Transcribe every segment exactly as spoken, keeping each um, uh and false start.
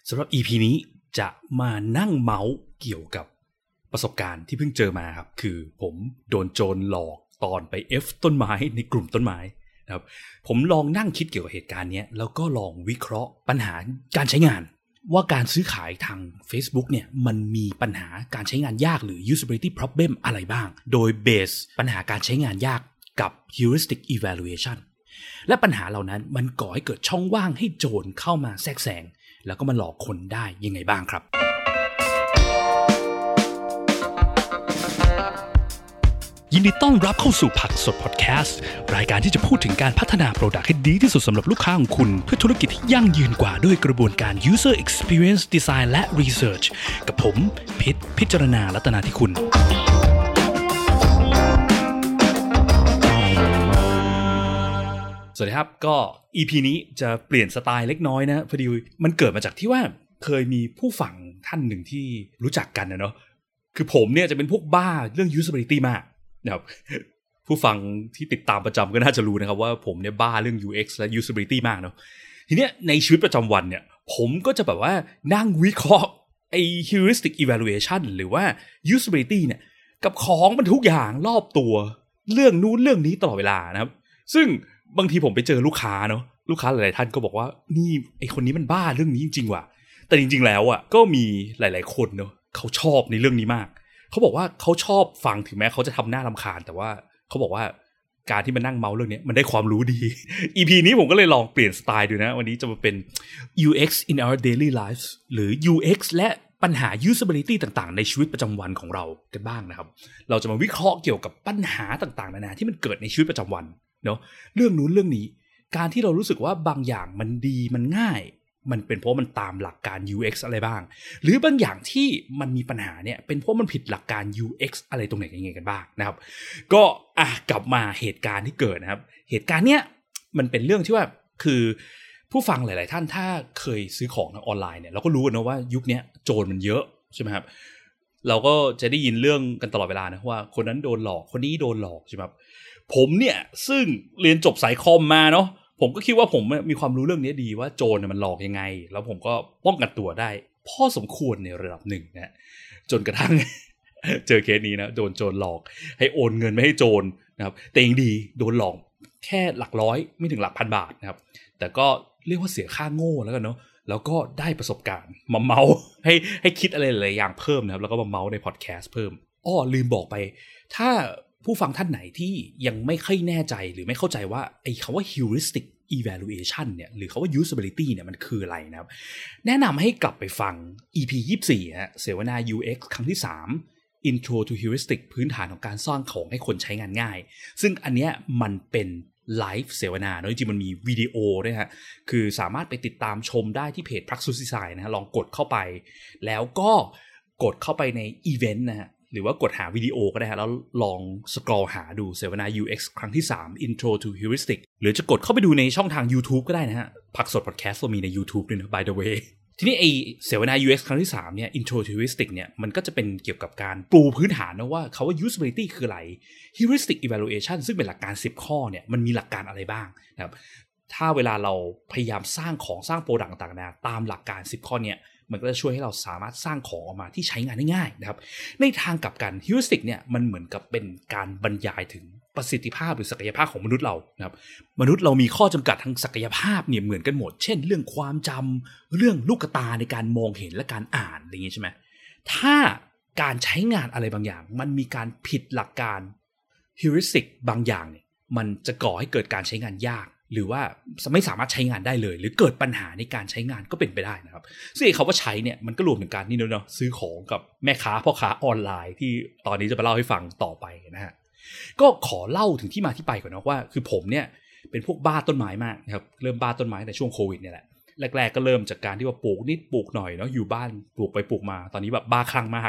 สำหรับ อี พี นี้จะมานั่งเมาส์เกี่ยวกับประสบการณ์ที่เพิ่งเจอมาครับคือผมโดนโจรหลอกตอนไป F ต้นไม้ในกลุ่มต้นไม้นะครับผมลองนั่งคิดเกี่ยวกับเหตุการณ์นี้แล้วก็ลองวิเคราะห์ปัญหาการใช้งานว่าการซื้อขายทาง Facebook เนี่ยมันมีปัญหาการใช้งานยากหรือ usability problem อะไรบ้างโดยเบสปัญหาการใช้งานยากกับ heuristic evaluation และปัญหาเหล่านั้นมันก่อให้เกิดช่องว่างให้โจรเข้ามาแทรกแซงแล้วก็มาหลอกคนได้ยังไงบ้างครับยินดีต้อนรับเข้าสู่ผักสดพอดแคสต์รายการที่จะพูดถึงการพัฒนาโปรดักต์ให้ดีที่สุดสำหรับลูกค้าของคุณเพื่อธุรกิจที่ยั่งยืนกว่าด้วยกระบวนการ user experience design และ research กับผมพิษพิจารณารัตนาธิคุณสวัสดีครับก็ อี พี นี้จะเปลี่ยนสไตล์เล็กน้อยนะพอดีมันเกิดมาจากที่ว่าเคยมีผู้ฟังท่านหนึ่งที่รู้จักกันนะเนาะคือผมเนี่ยจะเป็นพวกบ้าเรื่อง usability มากนะครับผู้ฟังที่ติดตามประจำก็น่าจะรู้นะครับว่าผมเนี่ยบ้าเรื่อง ยู เอ็กซ์ และ usability มากเนาะทีเนี้ยในชีวิตประจำวันเนี่ยผมก็จะแบบว่านั่งวิเคราะห์ไอ้ heuristic evaluation หรือว่า usability เนี่ยกับของมันทุกอย่างรอบตัวเรื่องนู้นเรื่องนี้ตลอดเวลานะครับซึ่งบางทีผมไปเจอลูกค้าเนาะลูกค้าหลายๆท่านก็บอกว่านี่ไอ้คนนี้มันบ้าเรื่องนี้จริงๆว่ะแต่จริงๆแล้วอ่ะก็มีหลายๆคนเนาะเขาชอบในเรื่องนี้มากเขาบอกว่าเขาชอบฟังถึงแม้เขาจะทำหน้ารำคาญแต่ว่าเขาบอกว่าการที่มานั่งเมาส์เรื่องนี้มันได้ความรู้ดี อี พี นี้ผมก็เลยลองเปลี่ยนสไตล์ดูนะวันนี้จะมาเป็น ยู เอ็กซ์ in our daily lives หรือ ยู เอ็กซ์ และปัญหา usability ต่างๆในชีวิตประจำวันของเรากันบ้างนะครับเราจะมาวิเคราะห์เกี่ยวกับปัญหาต่างๆนานาที่มันเกิดในชีวิตประจำวันเนาะเรื่องนู้นเรื่องนี้การที่เรารู้สึกว่าบางอย่างมันดีมันง่ายมันเป็นเพราะมันตามหลักการ ยู เอ็กซ์ อะไรบ้างหรือบางอย่างที่มันมีปัญหาเนี่ยเป็นเพราะมันผิดหลักการ ยู เอ็กซ์ อะไรตรงไหนยังไงกันบ้างนะครับก็อ่ะกลับมาเหตุการณ์ที่เกิดนะครับเหตุการณ์เนี้ยมันเป็นเรื่องที่ว่าคือผู้ฟังหลายๆท่านถ้าเคยซื้อของทางออนไลน์เนี่ยเราก็รู้กันนะว่ายุคนี้โจรมันเยอะใช่ไหมครับเราก็จะได้ยินเรื่องกันตลอดเวลานะว่าคนนั้นโดนหลอกคนนี้โดนหลอกใช่ไหมครับผมเนี่ยซึ่งเรียนจบสายคอมมาเนาะผมก็คิดว่าผมมีความรู้เรื่องนี้ดีว่าโจรมันหลอกยังไงแล้วผมก็ป้องกันตัวได้พอสมควรในระดับหนึ่งนะจนกระทั่ง เจอเคสนี้นะโดนโจรหลอกให้โอนเงินไม่ให้โจรนะครับแต่ยังดีโดนหลอกแค่หลักร้อยไม่ถึงหลักพันบาทนะครับแต่ก็เรียกว่าเสียค่าโง่แล้วกันเนาะแล้วก็ได้ประสบการณ์มาเมาให้ให้คิดอะไรหลายอย่างเพิ่มนะครับแล้วก็มาเมาในพอดแคสต์เพิ่มอ้อลืมบอกไปถ้าผู้ฟังท่านไหนที่ยังไม่ค่อยแน่ใจหรือไม่เข้าใจว่าไอ้คำว่า heuristic evaluation เนี่ยหรือคำว่า usability เนี่ยมันคืออะไรนะครับแนะนำให้กลับไปฟัง อี พี ยี่สิบสี่ฮะเสวนา ยู เอ็กซ์ ครั้งที่สาม Intro to Heuristic พื้นฐานของการสร้างของให้คนใช้งานง่ายซึ่งอันเนี้ยมันเป็นไลฟ์เสวนาเนอะจริงๆมันมีวิดีโอด้วยฮะคือสามารถไปติดตามชมได้ที่เพจ Praxis Design นะฮะลองกดเข้าไปแล้วก็กดเข้าไปในอีเวนต์นะฮะหรือว่ากดหาวิดีโอก็ได้ฮะแล้วลองสครอลหาดูเสวนา ยู เอ็กซ์ ครั้งที่สาม Intro to Heuristic หรือจะกดเข้าไปดูในช่องทาง YouTube ก็ได้นะฮะผักสด Podcast เรามีใน YouTube ด้วยนะ by the way ทีนี้ไอเสวนา ยู เอ็กซ์ ครั้งที่สามเนี่ย Intro to Heuristic เนี่ยมันก็จะเป็นเกี่ยวกับการปูพื้นฐานนะว่าคำว่า usability คืออะไร heuristic evaluation ซึ่งเป็นหลักการสิบข้อเนี่ยมันมีหลักการอะไรบ้างนะครับถ้าเวลาเราพยายามสร้างของสร้างโปรดักต์ต่างๆนะตามหลักการสิบข้อเนี่ยมันก็จะช่วยให้เราสามารถสร้างของออกมาที่ใช้งานได้ง่ายนะครับในทางกลับกัน heuristic เนี่ยมันเหมือนกับเป็นการบรรยายถึงประสิทธิภาพหรือศักยภาพของมนุษย์เรานะครับมนุษย์เรามีข้อจำกัดทางศักยภาพเนี่ยเหมือนกันหมดเช่นเรื่องความจำเรื่องลูกตาในการมองเห็นและการอ่านอย่างนี้ใช่ไหมถ้าการใช้งานอะไรบางอย่างมันมีการผิดหลักการ heuristic บางอย่างเนี่ยมันจะก่อให้เกิดการใช้งานยากหรือว่าไม่สามารถใช้งานได้เลยหรือเกิดปัญหาในการใช้งานก็เป็นไปได้นะครับซึ่งคำว่าใช้เนี่ยมันก็รวมถึงการนี่เนาะซื้อของกับแม่ค้าพ่อค้าออนไลน์ที่ตอนนี้จะมาเล่าให้ฟังต่อไปนะฮะก็ขอเล่าถึงที่มาที่ไปก่อนนะว่าคือผมเนี่ยเป็นพวกบ้าต้นไม้มากนะครับเริ่มบ้าต้นไม้ในช่วงโควิดเนี่ยแหละแรกๆก็เริ่มจากการที่ว่าปลูกนิดปลูกหน่อยเนาะอยู่บ้านปลูกไปปลูกมาตอนนี้แบบบ้าคลั่งมาก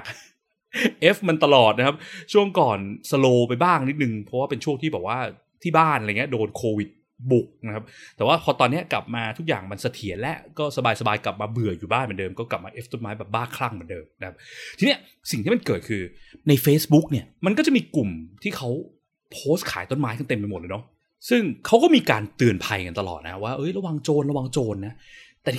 F มันตลอดนะครับช่วงก่อนสโลว์ไปบ้างนิดนึงเพราะว่าเป็นช่วงที่แบบว่าที่บ้านอะไรเงี้ยโดนโควิดบุกนะครับแต่ว่าพอตอนนี้กลับมาทุกอย่างมันเสถียรและก็สบายๆกลับมาเบื่ออยู่บ้านเหมือนเดิมก็กลับมา F ต้นไม้แบบบ้าคลั่งเหมือนเดิมนะครับทีเนี้ยสิ่งที่มันเกิดคือใน Facebook เนี่ยมันก็จะมีกลุ่มที่เขาโพสต์ขายต้นไม้กันเต็มไปหมดเลยเนาะซึ่งเขาก็มีการเตือนภัยกันตลอดนะว่าเอ้ยระวังโจรระวังโจรนะแต่ทีเนี้ย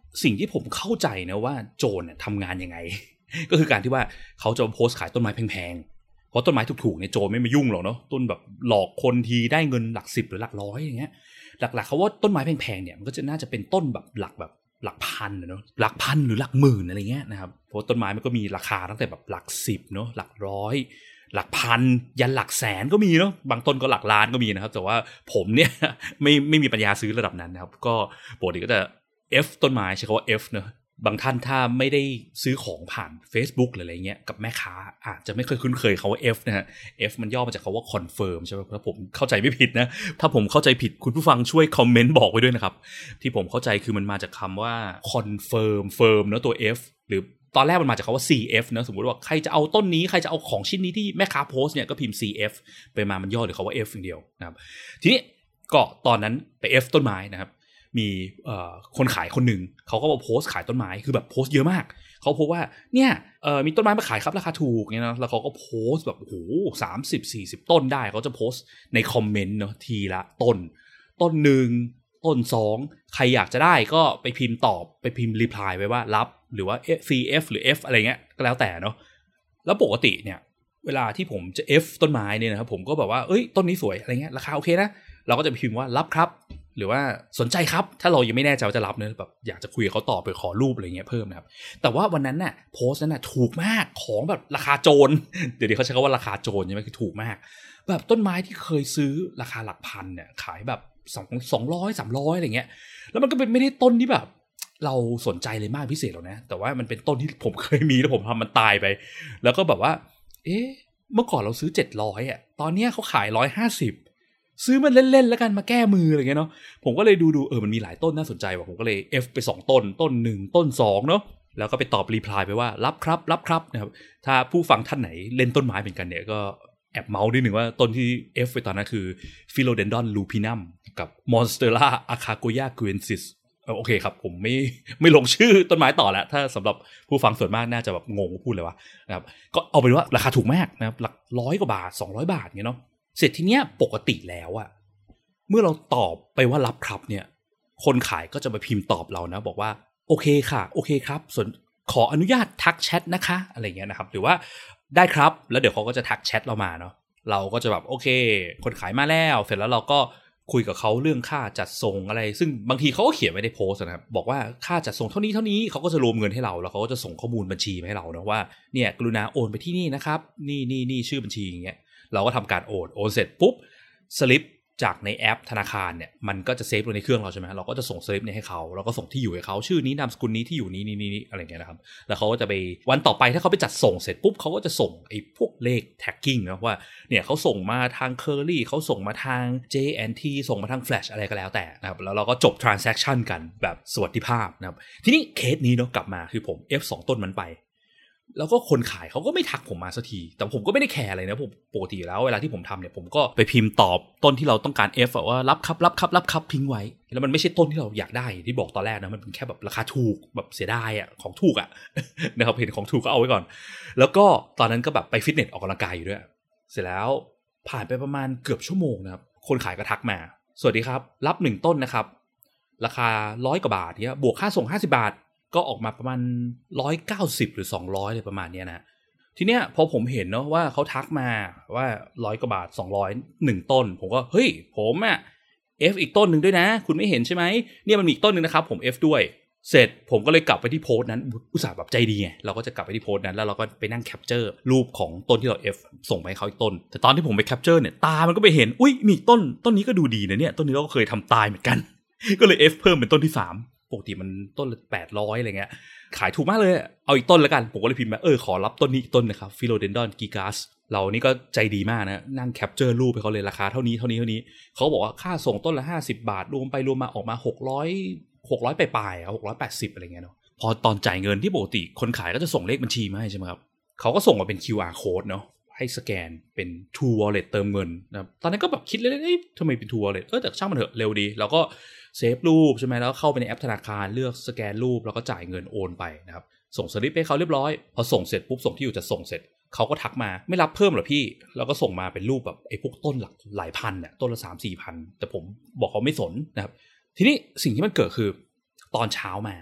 สิ่งที่ผมเข้าใจนะว่าโจรเนี่ยทำงานยังไง ก็คือการที่ว่าเขาจะโพสต์ขายต้นไม้แพงๆเพราะต้นไม้ถูกๆเนี่ยโจรไม่มายุ่งหรอกเนาะต้นแบบหลอกคนทีได้เงินหลักสิบหรือหลักร้อยอย่างเงี้ยหลักๆเขาว่าต้นไม้แพงๆเนี่ยมันก็จะน่าจะเป็นต้นแบบหลักแบบหลักพันเนาะหลักพันหรือหลักหมื่นอะไรเงี้ยนะครับเพราะต้นไม้มันก็มีราคาตั้งแต่แบบหลักสิบเนาะหลักร้อยหลักพันยันหลักแสนก็มีเนาะบางต้นก็หลักล้านก็มีนะครับแต่ว่าผมเนี่ยไม่ไม่มีปัญญาซื้อระดับนั้นนะครับก็ปกติก็จะ F ต้นไม้ใช้คำว่า F เนาะบางท่านถ้าไม่ได้ซื้อของผ่าน Facebook หรืออะไรเงี้ยกับแม่ค้าอาจจะไม่เคยคุ้นเคยคำว่า F นะฮะ F มันย่อมาจากคำว่า confirm ใช่ไหมถ้าผมเข้าใจไม่ผิดนะถ้าผมเข้าใจผิดคุณผู้ฟังช่วยคอมเมนต์บอกไว้ด้วยนะครับที่ผมเข้าใจคือมันมาจากคำว่า confirm firm เนาะตัว F หรือตอนแรกมันมาจากคำว่า ซี เอฟ นะสมมติว่าใครจะเอาต้นนี้ใครจะเอาของชิ้นนี้ที่แม่ค้าโพสเนี่ยก็พิมพ์ ซี เอฟ ไปมามันย่อหรือคำว่า F อย่างเดียวนะครับทีนี้ก็ตอนนั้นไป F ต้นไม้นะครับมีคนขายคนหนึ่งเขาก็มาโพสต์ขายต้นไม้คือแบบโพสต์เยอะมากเขาพบว่าเนี่ยมีต้นไม้มาขายครับราคาถูกเนี่ยนะแล้วเขาก็โพสต์แบบโอ้โหสามสิบสี่สิบต้นได้เขาจะโพสต์ในคอมเมนต์เนาะทีละต้นต้นหนึ่งต้นสองใครอยากจะได้ก็ไปพิมพ์ตอบไปพิมพ์รีプライไว้ว่ารับหรือว่า ซี เอฟ หรือ F อะไรเงี้ยก็แล้วแต่เนาะแล้วปกติเนี่ยเวลาที่ผมจะ F ต้นไม้เนี่ยนะครับผมก็แบบว่าเอ้ยต้นนี้สวยอะไรเงี้ยราคาโอเคนะเราก็จะพิมพ์ว่ารับครับหรือว่าสนใจครับถ้าเรายังไม่แน่ใจว่าจะรับเนอะแบบอยากจะคุยกับเขาต่อไปขอรูปอะไรเงี้ยเพิ่มนะครับแต่ว่าวันนั้นน่ะโพสต์นั้นน่ะถูกมากของแบบราคาโจรเดี๋ยวนี้เขาใช้คำว่าราคาโจรใช่ไหมคือถูกมากแบบต้นไม้ที่เคยซื้อราคาหลักพันเนี่ยขายแบบสองสองร้อยสามร้อยอะไรเงี้ยแล้วมันก็เป็นไม่ได้ต้นที่แบบเราสนใจเลยมากพิเศษหรอกนะแต่ว่ามันเป็นต้นที่ผมเคยมีแล้วผมทำมันตายไปแล้วก็แบบว่าเอ๊ะเมื่อก่อนเราซื้อเจ็ดร้อยอ่ะตอนนี้เขาขายหนึ่งร้อยห้าสิบซื้อมันเล่นๆแล้วกันมาแก้มืออะไรเงี้ยเนาะผมก็เลยดูๆเออมันมีหลายต้นน่าสนใจว่ะผมก็เลย F ไปสองต้นต้นหนึ่งต้นสองเนาะแล้วก็ไปตอบรีプライไปว่ารับครับรับครับนะครับถ้าผู้ฟังท่านไหนเล่นต้นไม้เป็นกันเนี่ยก็แอบเมาส์นิดนึงว่าต้นที่ F ไปตอนนั้นคือ Philodendron lupinum กับ Monstera acagoyaguensisโอเคครับผมไม่ไม่ลงชื่อต้นไม้ต่อแล้วถ้าสำหรับผู้ฟังส่วนมากน่าจะแบบงงพูดเลยวะนะครับก็เอาเป็นว่าราคาถูกมากนะครับหลักร้อยกว่าบาทสองร้อยบาทเงี้ยเนาะเสร็จทีเนี้ยปกติแล้วอะเมื่อเราตอบไปว่ารับครับเนี่ยคนขายก็จะมาพิมพ์ตอบเรานะบอกว่าโอเคค่ะโอเคครับส่วนขออนุญาตทักแชทนะคะอะไรเงี้ยนะครับหรือว่าได้ครับแล้วเดี๋ยวเขาก็จะทักแชทเรามาเนาะเราก็จะแบบโอเคคนขายมาแล้วเสร็จแล้วเราก็คุยกับเขาเรื่องค่าจัดส่งอะไรซึ่งบางทีเขาก็เขียนไว้ในโพสต์นะครับบอกว่าค่าจัดส่งเท่านี้เท่านี้เขาก็จะรวมเงินให้เราแล้วเขาก็จะส่งข้อมูลบัญชีมาให้เรานะว่าเนี่ยกรุณาโอนไปที่นี่นะครับนี่นี่นี่ชื่อบัญชีอย่างเงี้ยเราก็ทำการโอนโอนเสร็จปุ๊บสลิปจากในแอปธนาคารเนี่ยมันก็จะเซฟไว้ในเครื่องเราใช่ไหมเราก็จะส่งสลิปนี้ให้เขาเราก็ส่งที่อยู่ให้เขาชื่อนี้นามสกุลนี้ที่อยู่นี้นี่นี่อะไรเงี้ยนะครับแล้วเขาก็จะไปวันต่อไปถ้าเขาไปจัดส่งเสร็จปุ๊บเขาก็จะส่งไอ้พวกเลขแท็กกิ้งนะว่าเนี่ยเขาส่งมาทาง Curly เขาส่งมาทาง เจ แอนด์ ที ส่งมาทาง Flash อะไรก็แล้วแต่นะครับแล้วเราก็จบ transaction กันแบบสวัสดิภาพนะครับทีนี้เคสนี้เนาะกลับมาคือผม F สองต้นมันไปแล้วก็คนขายเขาก็ไม่ทักผมมาสักทีแต่ผมก็ไม่ได้แคร์อะไรนะผมปกติแล้วเวลาที่ผมทำเนี่ยผมก็ไปพิมพ์ตอบต้นที่เราต้องการ F ว่ารับครับรับครับรับครับทิ้งไว้แล้วมันไม่ใช่ต้นที่เราอยากได้ที่บอกตอนแรกนะมันเป็นแค่แบบราคาถูกแบบเสียดายอ่ะของถูกอ่ะ นะครับเห็นของถูกก็เอาไว้ก่อนแล้วก็ตอนนั้นก็แบบไปฟิตเนสออกกำลังกายอยู่ด้วยเสร็จแล้วผ่านไปประมาณเกือบชั่วโมงนะครับคนขายก็ทักมาสวัสดีครับรับหนึ่งต้นนะครับราคาร้อยกว่าบาทเนี่ยบวกค่าส่งห้าสิบบาทก็ออกมาประมาณหนึ่งร้อยเก้าสิบหรือสองร้อยอะไรประมาณนี้นะทีเนี้ยพอผมเห็นเนาะว่าเขาทักมาว่าร้อยกว่าบาทสองร้อยหนึ่งต้นผมก็เฮ้ยผมอ่ะ F อีกต้นนึงด้วยนะคุณไม่เห็นใช่ไหมเนี่ยมันมีอีกต้นนึงนะครับผม F ด้วยเสร็จผมก็เลยกลับไปที่โพสต์นั้นอุตส่าห์แบบใจดีไงเราก็จะกลับไปที่โพสต์นั้นแล้วเราก็ไปนั่งแคปเจอร์รูปของต้นที่เรา F ส่งไปให้เขาอีกต้นแต่ตอนที่ผมไปแคปเจอร์เนี่ยตามันก็ไปเห็นอุ้ยมีต้นต้นนี้ก็ดูดีนะเนี่ยต้นนี้เราก็เคยทำตายเหมือนกันก็เลย F เพิ่มเป็นต้นที่สามปกติมันต้นละแปดร้อยอะไรเงี้ยขายถูกมากเลยเอาอีกต้นแล้วกันผมก็เลยพิมพ์มาเออขอรับต้นนี้อีกต้นนะครับ Philodendron gigas เรานี่ก็ใจดีมากนะนั่งแคปเจอร์รูปไปเขาเลยราคาเท่านี้เท่านี้เท่านี้เขาบอกว่าค่าส่งต้นละห้าสิบบาทรวมไปรวมมาออกมาหกร้อย หกร้อยปลายๆอ่ะหกร้อยแปดสิบอะไรเงี้ยเนาะพอตอนจ่ายเงินที่ปกติคนขายก็จะส่งเลขบัญชีมาให้ใช่มั้ยครับเขาก็ส่งมาเป็น คิว อาร์ code เนาะให้สแกนเป็น True Wallet เติมเงินนะครับตอนนั้นก็แบบคิดเล่นๆเอ๊ะทำไมเป็น True Wallet เออแต่ช่างมันเถอะเร็วดีแล้วก็เซฟรูปใช่ไหมแล้วเข้าไปในแอปธนาคารเลือกสแกนรูปแล้วก็จ่ายเงินโอนไปนะครับส่งสลิปให้เขาเรียบร้อยพอส่งเสร็จปุ๊บส่งที่อยู่จะส่งเสร็จเขาก็ทักมาไม่รับเพิ่มหรอพี่แล้วก็ส่งมาเป็นรูปแบบไอ้พวกต้นหลักหลายพันเนี่ยต้นละ สามสี่พัน แต่ผมบอกเขาไม่สนนะครับทีนี้สิ่งที่มันเกิดคือตอนเช้ามาเนาะ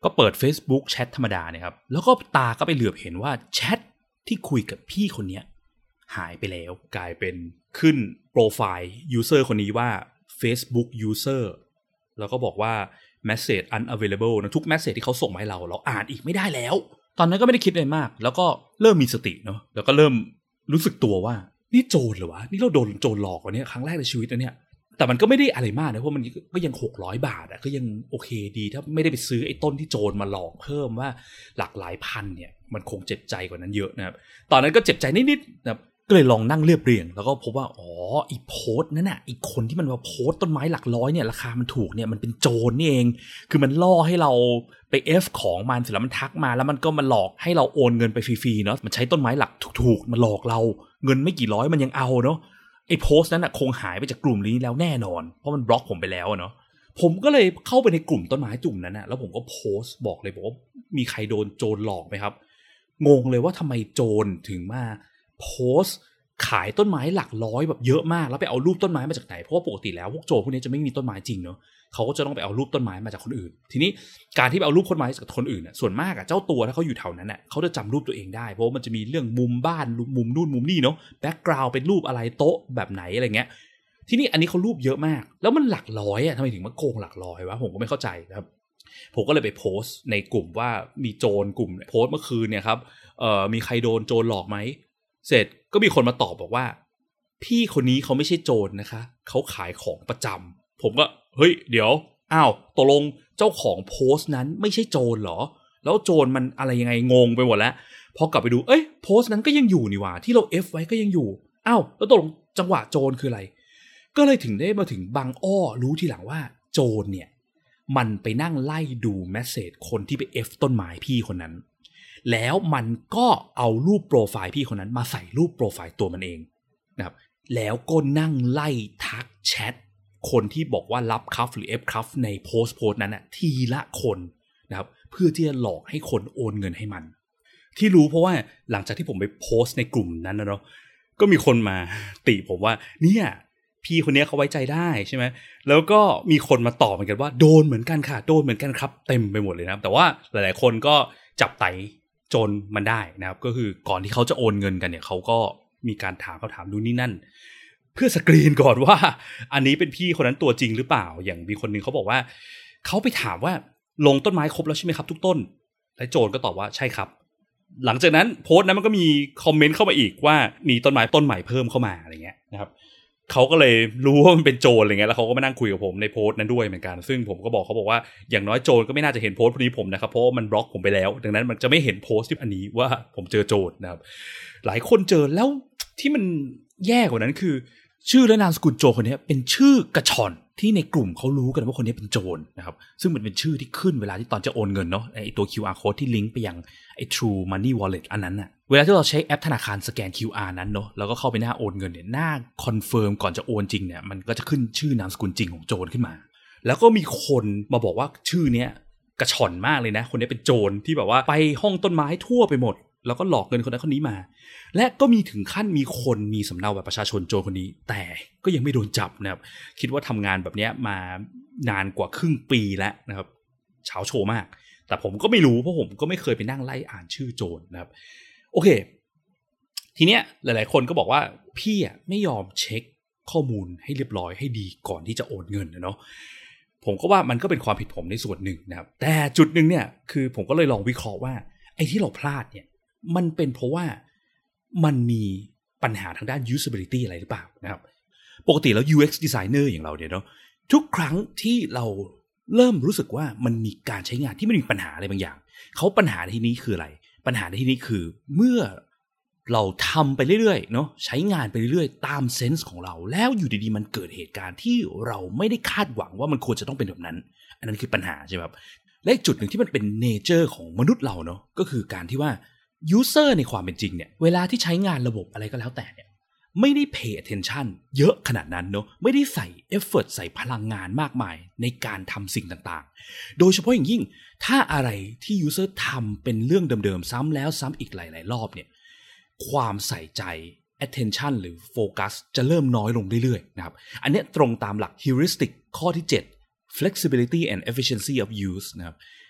ก็เปิด Facebook แชทธรรมดาเนี่ยครับแล้วก็ตาก็ไปเหลือบเห็นว่าแชทที่คุยกับพี่คนนี้หายไปแล้วกลายเป็นขึ้นโปรไฟล์ user คนนี้ว่า Facebook user แล้วก็บอกว่า message unavailable นะทุก message ที่เขาส่งมาให้เราเราอ่านอีกไม่ได้แล้วตอนนั้นก็ไม่ได้คิดอะไรมากแล้วก็เริ่มมีสติเนาะแล้วก็เริ่มรู้สึกตัวว่านี่โจรเหรอวะนี่เราโดนโจรหลอกวะเนี่ยครั้งแรกในชีวิตนะเนี่ยแต่มันก็ไม่ได้อะไรมากนะเพราะมันก็ยังหกร้อยบาทอ่ะก็ยังโอเคดีถ้าไม่ได้ไปซื้อไอ้ต้นที่โจรมาหลอกเพิ่มว่าหลักหลายพันเนี่ยมันคงเจ็บใจกว่านั้นเยอะนะครับตอนนั้นก็เจ็บใจนิดๆนะครับก็เลยลองนั่งเรียบเรียงแล้วก็พบว่าอ๋อไอ้โพสต์นั่นน่ะอีกคนที่มันมาโพสต์ต้นไม้หลักร้อยเนี่ยราคามันถูกเนี่ยมันเป็นโจรนี่เองคือมันล่อให้เราไปเอฟของมันเสร็จแล้วมันทักมาแล้วมันก็มาหลอกให้เราโอนเงินไปฟรีๆเนาะมันใช้ต้นไม้หลักถูกๆมาหลอกเราเงินไม่กี่ร้อยมันยังเอาเนาะไอ้โพสต์นั้นน่ะคงหายไปจากกลุ่มนี้แล้วแน่นอนเพราะมันบล็อกผมไปแล้วเนาะผมก็เลยเข้าไปในกลุ่มต้นไม้กลุ่มนั้นน่ะแล้วผมก็โพสต์บอกเลยบอกว่ามีใครโดนโจรหลอกไหมครับงงเลยว่าทำไมโจรถึงมาโพสต์ขายต้นไม้หลักร้อยแบบเยอะมากแล้วไปเอารูปต้นไม้มาจากไหนเพราะว่าปกติแล้วพวกโจรพวกนี้จะไม่มีต้นไม้จริงเนาะเขาก็จะต้องไปเอารูปต้นไม้มาจากคนอื่นทีนี้การที่ไปเอารูปต้นไม้จากคนอื่นน่ะส่วนมากอ่ะเจ้าตัวถ้าเขาอยู่แถวนั้นน่ะเขาจะจำรูปตัวเองได้เพราะมันจะมีเรื่องมุมบ้านมุมนู่นมุมนี่เนาะแบ็คกราวด์เป็นรูปอะไรโต๊ะแบบไหนอะไรเงี้ยทีนี้อันนี้เขารูปเยอะมากแล้วมันหลักร้อยอ่ะทำไมถึงมาโกงหลักร้อยวะผมก็ไม่เข้าใจนะครับผมก็เลยไปโพสต์ในกลุ่มว่ามีโจรกลุ่มโพสต์เมื่อคืนเนี่ยครับเอ่อมีใครโดนโจรหลอกไหมเสร็จก็มีคนมาตอบบอกว่าพี่คนนี้เขาไม่ใช่โจรนะคะเขาขายของประจำผมก็เฮ้ยเดี๋ยวอ้าวตกลงเจ้าของโพสต์นั้นไม่ใช่โจรเหรอแล้วโจรมันอะไรยังไงงงไปหมดแล้วพอกลับไปดูเอ้ยโพสต์นั้นก็ยังอยู่นี่หว่าที่เรา F ไว้ก็ยังอยู่อ้าวแล้วตกลงจังหวะโจรคืออะไรก็เลยถึงได้มาถึงบางอ้อรู้ทีหลังว่าโจรเนี่ยมันไปนั่งไล่ดูเมสเสจคนที่ไป F ต้นไม้พี่คนนั้นแล้วมันก็เอารูปโปรไฟล์พี่คนนั้นมาใส่รูปโปรไฟล์ตัวมันเองนะครับแล้วก็นั่งไล่ทักแชทคนที่บอกว่ารับคัฟหรือ F คัฟในโพสต์โพสต์นั้นนะทีละคนนะครับเพื่อที่จะหลอกให้คนโอนเงินให้มันที่รู้เพราะว่าหลังจากที่ผมไปโพสต์ในกลุ่มนั้นนะเนาะก็มีคนมาติผมว่าเนี่ยพี่คนนี้เขาไว้ใจได้ใช่ไหมแล้วก็มีคนมาตอบเหมือนกันว่าโดนเหมือนกันค่ะโดนเหมือนกันครับเต็มไปหมดเลยนะครับแต่ว่าหลายๆคนก็จับไต่โจรมันได้นะครับก็คือก่อนที่เขาจะโอนเงินกันเนี่ยเขาก็มีการถามเขาถามดูนี่นั่นเพื่อสกรีนก่อนว่าอันนี้เป็นพี่คนนั้นตัวจริงหรือเปล่าอย่างมีคนนึงเขาบอกว่าเขาไปถามว่าลงต้นไม้ครบแล้วใช่ไหมครับทุกต้นและโจรก็ตอบว่าใช่ครับหลังจากนั้นโพสต์นั้นมันก็มีคอมเมนต์เข้ามาอีกว่ามีต้นไม้ต้นใหม่เพิ่มเข้ามาอะไรเงี้ยนะครับเขาก็เลยรู้ว่ามันเป็นโจรอะไรเงี้ยแล้วเขาก็มานั่งคุยกับผมในโพสต์นั้นด้วยเหมือนกันซึ่งผมก็บอกเขาบอกว่าอย่างน้อยโจรก็ไม่น่าจะเห็นโพสต์พวกนี้ผมนะครับเพราะมันบล็อกผมไปแล้วดังนั้นมันจะไม่เห็นโพสต์ที่อันนี้ว่าผมเจอโจรนะครับหลายคนเจอแล้วที่มันแย่กว่านั้นคือชื่อและนามสกุลโจรคนนี้เป็นชื่อกระชอนที่ในกลุ่มเขารู้กันว่าคนนี้เป็นโจรนะครับซึ่งมันเป็นชื่อที่ขึ้นเวลาที่ตอนจะโอนเงินเนาะไอตัว คิว อาร์ code ที่ลิงก์ไปยังไอ True Money Wallet อันนั้นน่ะเวลาที่เราใช้แอปธนาคารสแกน คิว อาร์ นั้นเนาะแล้วก็เข้าไปหน้าโอนเงินเนี่ยหน้าคอนเฟิร์มก่อนจะโอนจริงเนี่ยมันก็จะขึ้นชื่อนามสกุลจริงของโจรขึ้นมาแล้วก็มีคนมาบอกว่าชื่อเนี้ยกระชอนมากเลยนะคนนี้เป็นโจรที่แบบว่าไปห้องต้นไม้ทั่วไปหมดแล้วก็หลอกเงินคนนั้นคนนี้มาและก็มีถึงขั้นมีคนมีสำเนาบัตรประชาชนโจรคนนี้แต่ก็ยังไม่โดนจับนะครับคิดว่าทำงานแบบนี้มานานกว่าครึ่งปีแล้วนะครับเฉาโชว์มากแต่ผมก็ไม่รู้เพราะผมก็ไม่เคยไปนั่งไล่อ่านชื่อโจรนะครับโอเคทีเนี้ยหลายๆคนก็บอกว่าพี่อ่ะไม่ยอมเช็คข้อมูลให้เรียบร้อยให้ดีก่อนที่จะโอนเงินนะเนาะผมก็ว่ามันก็เป็นความผิดผมในส่วนหนึ่งนะครับแต่จุดนึงเนี่ยคือผมก็เลยลองวิเคราะห์ว่าไอ้ที่เราพลาดเนี่ยมันเป็นเพราะว่ามันมีปัญหาทางด้าน usability อะไรหรือเปล่านะครับปกติแล้ว ยู เอ็กซ์ designer อย่างเราเนี่ยเนาะทุกครั้งที่เราเริ่มรู้สึกว่ามันมีการใช้งานที่ไม่มีปัญหาอะไรบางอย่างเขาปัญหาในที่นี้คืออะไรปัญหาในที่นี้คือเมื่อเราทำไปเรื่อยๆเนาะใช้งานไปเรื่อยๆตามเซนส์ของเราแล้วอยู่ดีๆมันเกิดเหตุการณ์ที่เราไม่ได้คาดหวังว่ามันควรจะต้องเป็นแบบนั้นอันนั้นคือปัญหาใช่ไหมครับและจุดหนึ่งที่มันเป็นเนเจอร์ของมนุษย์เราเนาะก็คือการที่ว่าuser ในความเป็นจริงเนี่ยเวลาที่ใช้งานระบบอะไรก็แล้วแต่เนี่ยไม่ได้ pay attention เยอะขนาดนั้นเนาะไม่ได้ใส่ effort ใส่พลังงานมากมายในการทำสิ่งต่างๆโดยเฉพาะอย่างยิ่งถ้าอะไรที่ user ทำเป็นเรื่องเดิมๆซ้ำแล้วซ้ำอีกหลายๆรอบเนี่ยความใส่ใจ attention หรือ focus จะเริ่มน้อยลงเรื่อยๆนะครับอันนี้ตรงตามหลัก heuristic ข้อที่เจ็ด flexibility and efficiency of use นะครับ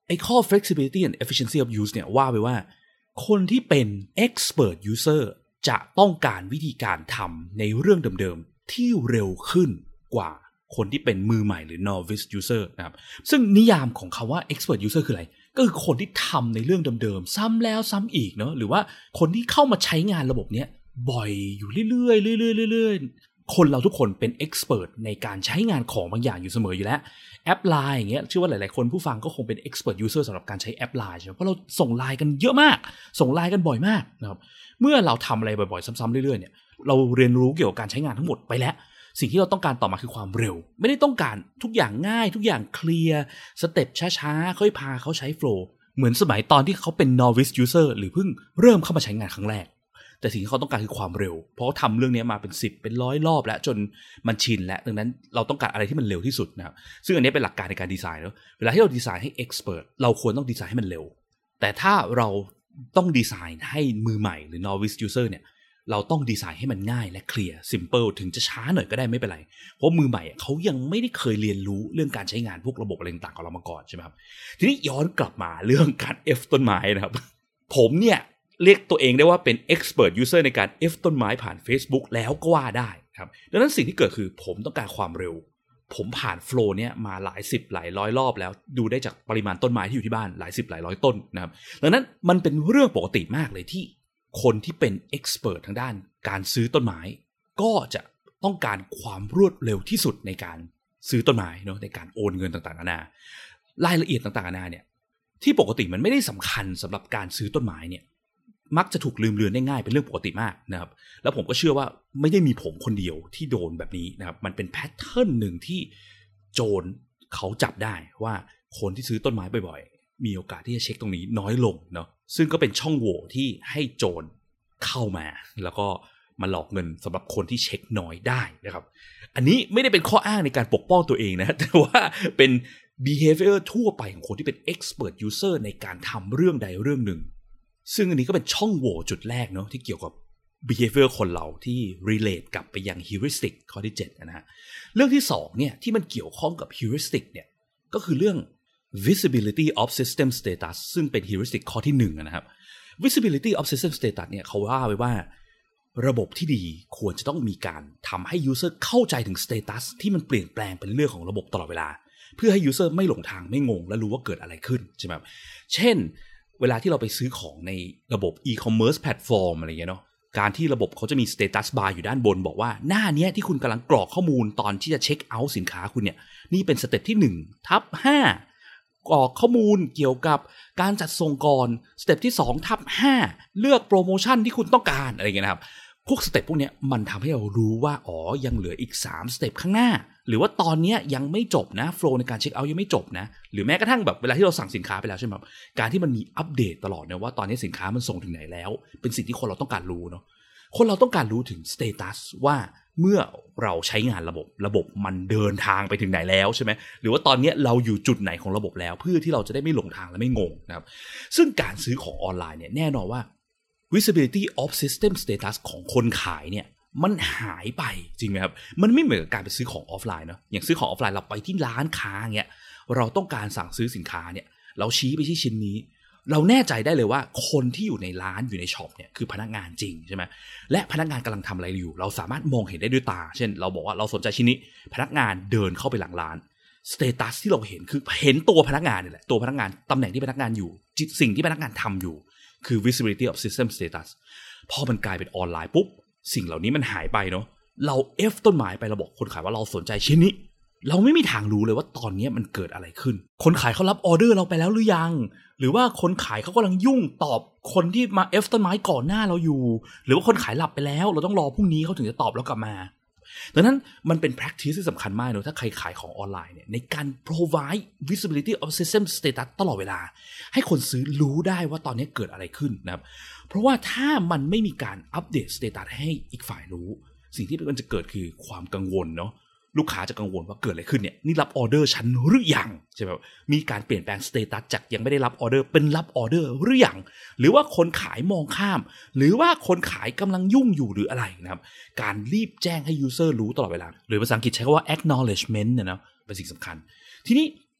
ไอ้ข้อ flexibility and efficiency of use เนี่ยว่าไปว่าคนที่เป็น expert user จะต้องการวิธีการทำในเรื่องเดิมๆที่เร็วขึ้นกว่าคนที่เป็นมือใหม่หรือ novice user นะครับซึ่งนิยามของคำว่า expert user คืออะไรก็คือคนที่ทำในเรื่องเดิมๆซ้ำแล้วซ้ำอีกเนาะหรือว่าคนที่เข้ามาใช้งานระบบเนี้ยบ่อยอยู่เรื่อยๆเรื่อยๆเรื่อยๆคนเราทุกคนเป็น expert ในการใช้งานของบางอย่างอยู่เสมออยู่แล้วแอป ไลน์ อย่างเงี้ยเชื่อว่าหลายๆคนผู้ฟังก็คงเป็น expert user สำหรับการใช้แอป ไลน์ ใช่ไหมเพราะเราส่ง ไลน์ กันเยอะมากส่ง ไลน์ กันบ่อยมากนะครับเมื่อเราทำอะไรบ่อยๆซ้ำๆเรื่อยๆเนี่ยเราเรียนรู้เกี่ยวกับการใช้งานทั้งหมดไปแล้วสิ่งที่เราต้องการต่อมาคือความเร็วไม่ได้ต้องการทุกอย่างง่ายทุกอย่างเคลียร์สเต็ปช้าๆค่อยพาเขาใช้โฟลว์เหมือนสมัยตอนที่เขาเป็น novice user หรือเพิ่งเริ่มเข้ามาใช้งานครั้งแรกแต่สิ่งที่เขาต้องการคือความเร็วเพราะเขาทำเรื่องนี้มาเป็นสิบเป็นร้อยรอบแล้วจนมันชินแล้วดังนั้นเราต้องการอะไรที่มันเร็วที่สุดนะครับซึ่งอันนี้เป็นหลักการในการดีไซน์แล้วเวลาที่เราดีไซน์ให้ expert เราควรต้องดีไซน์ให้มันเร็วแต่ถ้าเราต้องดีไซน์ให้มือใหม่หรือ novice user เนี่ยเราต้องดีไซน์ให้มันง่ายและเคลียร์ simple ถึงจะช้าหน่อยก็ได้ไม่เป็นไรเพราะมือใหม่เขายังไม่ได้เคยเรียนรู้เรื่องการใช้งานพวกระบบอะไรต่างๆของเรามาก่อนใช่ไหมครับทีนี้ย้อนกลับมาเรื่องการ F ต้นไม้นะครับผมเนี่ยเรียกตัวเองได้ว่าเป็น expert user ในการ F ต้นไม้ผ่าน Facebook แล้วก็ว่าได้ครับดังนั้นสิ่งที่เกิดคือผมต้องการความเร็วผมผ่านโฟลว์เนี่ยมาหลายสิบหลายร้อยรอบแล้วดูได้จากปริมาณต้นไม้ที่อยู่ที่บ้านหลายสิบหลายร้อยต้นนะครับดังนั้นมันเป็นเรื่องปกติมากเลยที่คนที่เป็น expert ทางด้านการซื้อต้นไม้ก็จะต้องการความรวดเร็วที่สุดในการซื้อต้นไม้เนาะในการโอนเงินต่างๆนานารายละเอียดต่างๆนานาเนี่ยที่ปกติมันไม่ได้สำคัญสำหรับการซื้อต้นไม้เนี่ยมักจะถูกลืมเลือนได้ง่ายเป็นเรื่องปกติมากนะครับแล้วผมก็เชื่อว่าไม่ได้มีผมคนเดียวที่โดนแบบนี้นะครับมันเป็นแพทเทิร์นหนึ่งที่โจรเขาจับได้ว่าคนที่ซื้อต้นไม้บ่อยๆมีโอกาสที่จะเช็คตรงนี้น้อยลงเนาะซึ่งก็เป็นช่องโหว่ที่ให้โจรเข้ามาแล้วก็มาหลอกเงินสำหรับคนที่เช็คน้อยได้นะครับอันนี้ไม่ได้เป็นข้ออ้างในการปกป้องตัวเองนะแต่ว่าเป็น behavior ทั่วไปของคนที่เป็น expert user ในการทำเรื่องใดเรื่องหนึ่งซึ่งอันนี้ก็เป็นช่องโหว่จุดแรกเนาะที่เกี่ยวกับ behavior คนเราที่ relate กลับไปยัง heuristic ข้อที่เจ็ดนะฮะเรื่องที่สองเนี่ยที่มันเกี่ยวข้องกับ heuristic เนี่ยก็คือเรื่อง visibility of system status ซึ่งเป็น heuristic ข้อที่หนึ่งนะครับ visibility of system status เนี่ยเขาว่าไว้ว่าระบบที่ดีควรจะต้องมีการทำให้ user เข้าใจถึง status ที่มันเปลี่ยนแปลงเป็นเรื่องของระบบตลอดเวลาเพื่อให้ user ไม่หลงทางไม่งงและรู้ว่าเกิดอะไรขึ้นใช่ไหมครับเช่นเวลาที่เราไปซื้อของในระบบ e-commerce platform อะไรเงี้ยเนาะการที่ระบบเขาจะมี status bar อยู่ด้านบนบอกว่าหน้าเนี้ยที่คุณกำลังกรอกข้อมูลตอนที่จะเช็คเอาท์สินค้าคุณเนี่ยนี่เป็นสเต็ปที่หนึ่งทับห้ากรอกข้อมูลเกี่ยวกับการจัดส่งก่อนสเต็ปที่สองทับห้าเลือกโปรโมชั่นที่คุณต้องการอะไรเงี้ยนะครับพวกสเต็ปพวกเนี้ยมันทำให้เรารู้ว่าอ๋อยังเหลืออีกสามสเต็ปข้างหน้าหรือว่าตอนนี้ยังไม่จบนะโฟลว์ในการเช็คเอาท์ยังไม่จบนะหรือแม้กระทั่งแบบเวลาที่เราสั่งสินค้าไปแล้วใช่ไหมครับการที่มันมีอัปเดตตลอดนะว่าตอนนี้สินค้ามันส่งถึงไหนแล้วเป็นสิ่งที่คนเราต้องการรู้เนาะคนเราต้องการรู้ถึงสเตตัสว่าเมื่อเราใช้งานระบบระบบมันเดินทางไปถึงไหนแล้วใช่ไหมหรือว่าตอนนี้เราอยู่จุดไหนของระบบแล้วเพื่อที่เราจะได้ไม่หลงทางและไม่งงนะครับซึ่งการซื้อของออนไลน์เนี่ยแน่นอนว่า visibility of system status ของคนขายเนี่ยมันหายไปจริงไหมครับมันไม่เหมือนกับการไปซื้อของออฟไลน์เนาะอย่างซื้อของออฟไลน์เราไปที่ร้านค้าเงี้ยเราต้องการสั่งซื้อสินค้าเนี่ยเราชี้ไปที่ชิ้นนี้เราแน่ใจได้เลยว่าคนที่อยู่ในร้านอยู่ในช็อปเนี่ยคือพนักงานจริงใช่ไหมและพนักงานกำลังทำอะไรอยู่เราสามารถมองเห็นได้ด้วยตาเช่นเราบอกว่าเราสนใจชิ้นนี้พนักงานเดินเข้าไปหลังร้านสเตตัสที่เราเห็นคือเห็นตัวพนักงานนี่แหละตัวพนักงานตำแหน่งที่พนักงานอยู่สิ่งที่พนักงานทำอยู่คือ visibility of system status พอมันกลายเป็นออนไลน์ปุ๊บสิ่งเหล่านี้มันหายไปเนาะเรา F ต้นไม้ไปเราบอกคนขายว่าเราสนใจชิ้นนี้เราไม่มีทางรู้เลยว่าตอนนี้มันเกิดอะไรขึ้นคนขายเขารับออเดอร์เราไปแล้วหรือยังหรือว่าคนขายเขากำลังยุ่งตอบคนที่มา F ต้นไม้ก่อนหน้าเราอยู่หรือว่าคนขายหลับไปแล้วเราต้องรอพรุ่งนี้เขาถึงจะตอบแล้วกลับมาดังนั้นมันเป็น practice ที่สำคัญมากเนอะถ้าใครขายของออนไลน์เนี่ยในการ provide visibility of system status ตลอดเวลาให้คนซื้อรู้ได้ว่าตอนนี้เกิดอะไรขึ้นนะครับเพราะว่าถ้ามันไม่มีการอัปเดต status ให้อีกฝ่ายรู้สิ่งที่มันจะเกิดคือความกังวลเนาะลูกค้าจะกังวลว่าเกิดอะไรขึ้นเนี่ยนี่รับออเดอร์ฉันหรือยังใช่ไหมมีการเปลี่ยนแปลงสเตตัสจากยังไม่ได้รับออเดอร์เป็นรับออเดอร์หรือยังหรือว่าคนขายมองข้ามหรือว่าคนขายกำลังยุ่งอยู่หรืออะไรนะครับการรีบแจ้งให้ยูเซอร์รู้ตลอดเวลาหรือภาษาอังกฤษใช้คำว่า acknowledgement เนี่ยนะเป็นสิ่งสำคัญทีนี้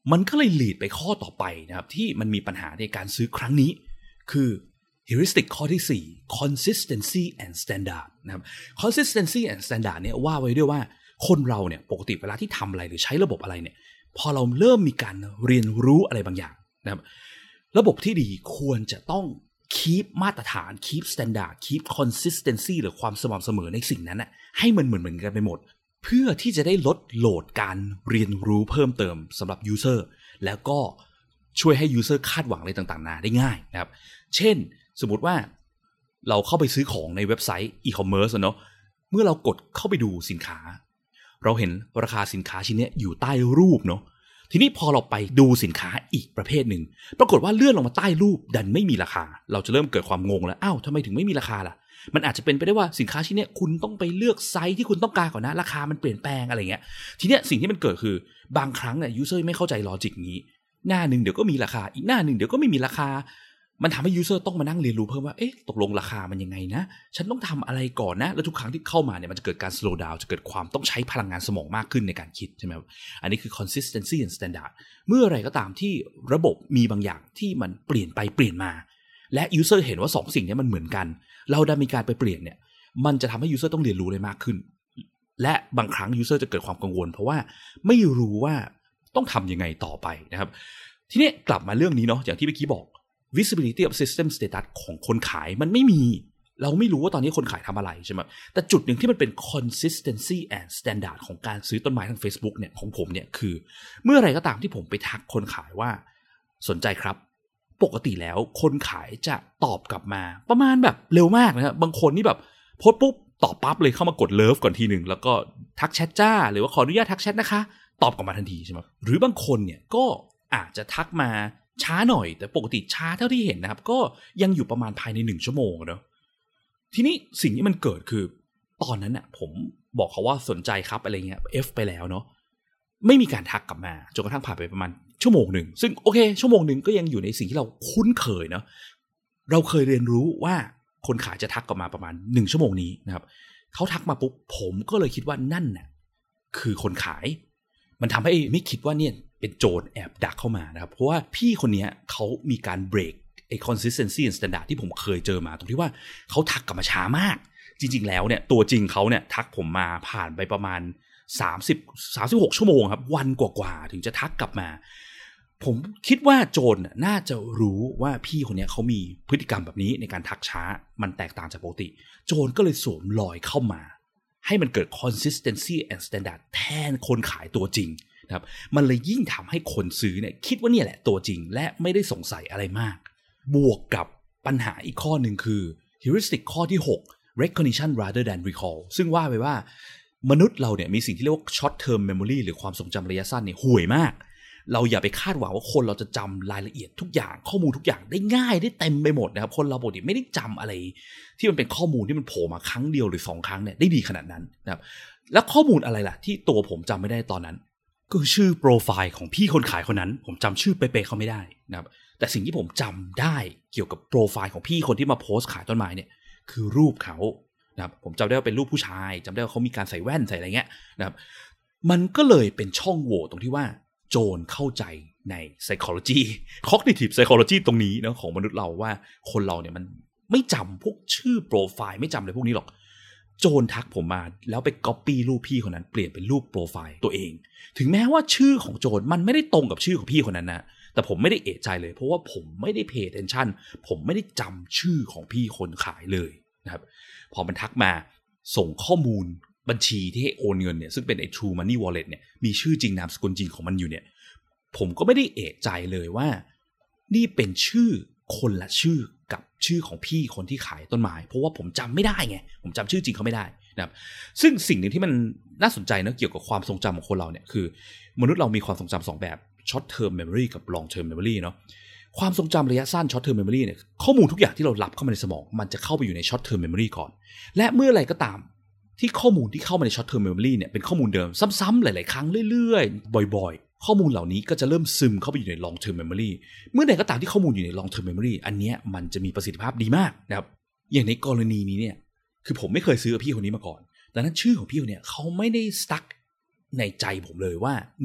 มันก็เลย lead ไปข้อต่อไปนะครับที่มันมีปัญหาในการซื้อครั้งนี้คือ heuristic ข้อที่สี่ consistency and standard นะครับ consistency and standard เนี่ยว่าไว้ด้วยว่าคนเราเนี่ยปกติเวลาที่ทำอะไรหรือใช้ระบบอะไรเนี่ยพอเราเริ่มมีการเรียนรู้อะไรบางอย่างนะครับระบบที่ดีควรจะต้อง keep มาตรฐาน keep standard keep consistency หรือความสม่ำเสมอในสิ่งนั้นน่ะให้มันเหมือนเหมือนกันไปหมดเพื่อที่จะได้ลดโหลดการเรียนรู้เพิ่มเติมสำหรับ user แล้วก็ช่วยให้ user คาดหวังอะไรต่างๆนาได้ง่ายนะครับเช่นสมมุติว่าเราเข้าไปซื้อของในเว็บไซต์ e-commerce เนาะเมื่อเรากดเข้าไปดูสินค้าเราเห็นราคาสินค้าชิ้นนี้อยู่ใต้รูปเนาะทีนี้พอเราไปดูสินค้าอีกประเภทหนึ่งปรากฏว่าเลื่อนลงมาใต้รูปดันไม่มีราคาเราจะเริ่มเกิดความงงแล้วอ้าวทำไมถึงไม่มีราคาล่ะมันอาจจะเป็นไปได้ว่าสินค้าชิ้นนี้คุณต้องไปเลือกไซส์ที่คุณต้องการก่อนนะราคามันเปลี่ยนแปลงอะไรเงี้ยทีเนี้ยสิ่งที่มันเกิดคือบางครั้งเนี่ยยูเซอร์ไม่เข้าใจลอจิกนี้หน้านึงเดี๋ยวก็มีราคาอีกหน้านึงเดี๋ยวก็ไม่มีราคามันทำให้ยูเซอร์ต้องมานั่งเรียนรู้เพิ่มว่าเอ๊ะตกลงราคามันยังไงนะฉันต้องทำอะไรก่อนนะแล้วทุกครั้งที่เข้ามาเนี่ยมันจะเกิดการ slow down จะเกิดความต้องใช้พลังงานสมองมากขึ้นในการคิดใช่ไหมครับอันนี้คือ consistency and standard เมื่อไรก็ตามที่ระบบมีบางอย่างที่มันเปลี่ยนไปเปลี่ยนมาและยูเซอร์เห็นว่าสองสิ่งนี้มันเหมือนกันเราได้มีการไปเปลี่ยนเนี่ยมันจะทำให้ยูเซอร์ต้องเรียนรู้เลยมากขึ้นและบางครั้งยูเซอร์จะเกิดความกังวลเพราะว่าไม่รู้ว่าต้องทำยังไงต่อไปนะครับทีนี้กลับมาเรื่องนี้เนาะอย่างที่เมื่อกี้บอกvisibility of system status ของคนขายมันไม่มีเราไม่รู้ว่าตอนนี้คนขายทำอะไรใช่ไหมแต่จุดหนึ่งที่มันเป็น consistency and standard ของการซื้อต้นไม้ทาง Facebook เนี่ยของผมเนี่ยคือเมื่อไรก็ตามที่ผมไปทักคนขายว่าสนใจครับปกติแล้วคนขายจะตอบกลับมาประมาณแบบเร็วมากนะครับบางคนนี่แบบโพสต์ปุ๊บตอบปั๊บเลยเข้ามากดเลิฟก่อนทีหนึ่งแล้วก็ทักแชทจ้าหรือว่าขออนุญาตทักแชทนะคะตอบกลับมาทันทีใช่ไหมหรือบางคนเนี่ยก็อาจจะทักมาช้าหน่อยแต่ปกติช้าเท่าที่เห็นนะครับก็ยังอยู่ประมาณภายในหนึ่งชั่วโมงเนาะทีนี้สิ่งที่มันเกิดคือตอนนั้นน่ะผมบอกเขาว่าสนใจครับอะไรเงี้ย F ไปแล้วเนาะไม่มีการทักกลับมาจนกระทั่งผ่านไปประมาณชั่วโมงหนึ่งซึ่งโอเคชั่วโมงหนึ่งก็ยังอยู่ในสิ่งที่เราคุ้นเคยเนาะเราเคยเรียนรู้ว่าคนขายจะทักกลับมาประมาณหนึ่งชั่วโมงนี้นะครับเขาทักมาปุ๊บผมก็เลยคิดว่านั่นน่ะคือคนขายมันทำให้ไม่คิดว่าเนี่ยเป็นโจรแอบดักเข้ามานะครับเพราะว่าพี่คนนี้เขามีการเบรกไอ้ consistency and standard ที่ผมเคยเจอมาตรงที่ว่าเขาทักกลับมาช้ามากจริงๆแล้วเนี่ยตัวจริงเขาเนี่ยทักผมมาผ่านไปประมาณสามสิบ สามสิบหกชั่วโมงครับวันกว่าๆถึงจะทักกลับมาผมคิดว่าโจรน่าจะรู้ว่าพี่คนนี้เขามีพฤติกรรมแบบนี้ในการทักช้ามันแตกต่างจากปกติโจรก็เลยสวมรอยเข้ามาให้มันเกิด consistency and standard แทนคนขายตัวจริงครับมันเลยยิ่งทำให้คนซื้อเนี่ยคิดว่าเนี่ยแหละตัวจริงและไม่ได้สงสัยอะไรมากบวกกับปัญหาอีกข้อหนึ่งคือ heuristic ข้อที่หก recognition rather than recall ซึ่งว่าไปว่ามนุษย์เราเนี่ยมีสิ่งที่เรียกว่า short term memory หรือความทรงจำระยะสั้นเนี่ยห่วยมากเราอย่าไปคาดหวังว่าคนเราจะจำรายละเอียดทุกอย่างข้อมูลทุกอย่างได้ง่ายได้เต็มไปหมดนะครับคนเราปกติไม่ได้จำอะไรที่มันเป็นข้อมูลที่มันโผล่มาครั้งเดียวหรือสองครั้งเนี่ยได้ดีขนาดนั้นนะครับแล้วข้อมูลอะไรล่ะที่ตัวผมจำไม่ได้ตอนนั้นก็คือชื่อโปรไฟล์ของพี่คนขายคนนั้นผมจำชื่อเป๊ะๆเขาไม่ได้นะครับแต่สิ่งที่ผมจำได้เกี่ยวกับโปรไฟล์ของพี่คนที่มาโพสต์ขายต้นไม้เนี่ยคือรูปเขานะครับผมจำได้ว่าเป็นรูปผู้ชายจำได้ว่าเขามีการใส่แว่นใส่อะไรเงี้ยนะครับมันก็เลยเป็นช่องโหว่ตรงที่ว่าโจรเข้าใจใน psychology cognitive psychology ตรงนี้นะของมนุษย์เราว่าคนเราเนี่ยมันไม่จำพวกชื่อโปรไฟล์ไม่จำอะไรพวกนี้หรอกโจรทักผมมาแล้วไป copy รูปพี่คนนั้นเปลี่ยนเป็นรูปโปรไฟล์ตัวเองถึงแม้ว่าชื่อของโจรมันไม่ได้ตรงกับชื่อของพี่คนนั้นนะแต่ผมไม่ได้เอะใจเลยเพราะว่าผมไม่ได้ pay attention ผมไม่ได้จำชื่อของพี่คนขายเลยนะครับพอมันทักมาส่งข้อมูลบัญชีที่ให้โอนเงินเนี่ยซึ่งเป็นไอ้ True Money Wallet เนี่ยมีชื่อจริงนามสกุลจริงของมันอยู่เนี่ยผมก็ไม่ได้เอะใจเลยว่านี่เป็นชื่อคนละชื่อกับชื่อของพี่คนที่ขายต้นไม้เพราะว่าผมจำไม่ได้ไงผมจำชื่อจริงเขาไม่ได้นะครับซึ่งสิ่งหนึ่งที่มันน่าสนใจนะเกี่ยวกับความทรงจำของคนเราเนี่ยคือมนุษย์เรามีความทรงจำสองแบบ short term memory กับ long term memory เนาะความทรงจำระยะสั้น short term memory เนี่ยข้อมูลทุกอย่างที่เรารับเข้ามาในสมองมันจะเข้าไปอยู่ใน short term memory ก่อนและเมื่อไรก็ตามที่ข้อมูลที่เข้ามาใน short term memory เนี่ยเป็นข้อมูลเดิมซ้ำๆหลายๆครั้งเรื่อยๆบ่อยๆข้อมูลเหล่านี้ก็จะเริ่มซึมเข้าไปอยู่ใน long term memory เมื่อใดก็ตามที่ข้อมูลอยู่ใน long term memory อันเนี้ยมันจะมีประสิทธิภาพดีมากนะครับอย่างในกรณีนี้เนี่ยคือผมไม่เคยซื้อกับพี่คนนี้มาก่อนดังนั้นชื่อของพี่คนนี้เขาไม่ได้ stuck ในใจผมเลยว่าเนี่ย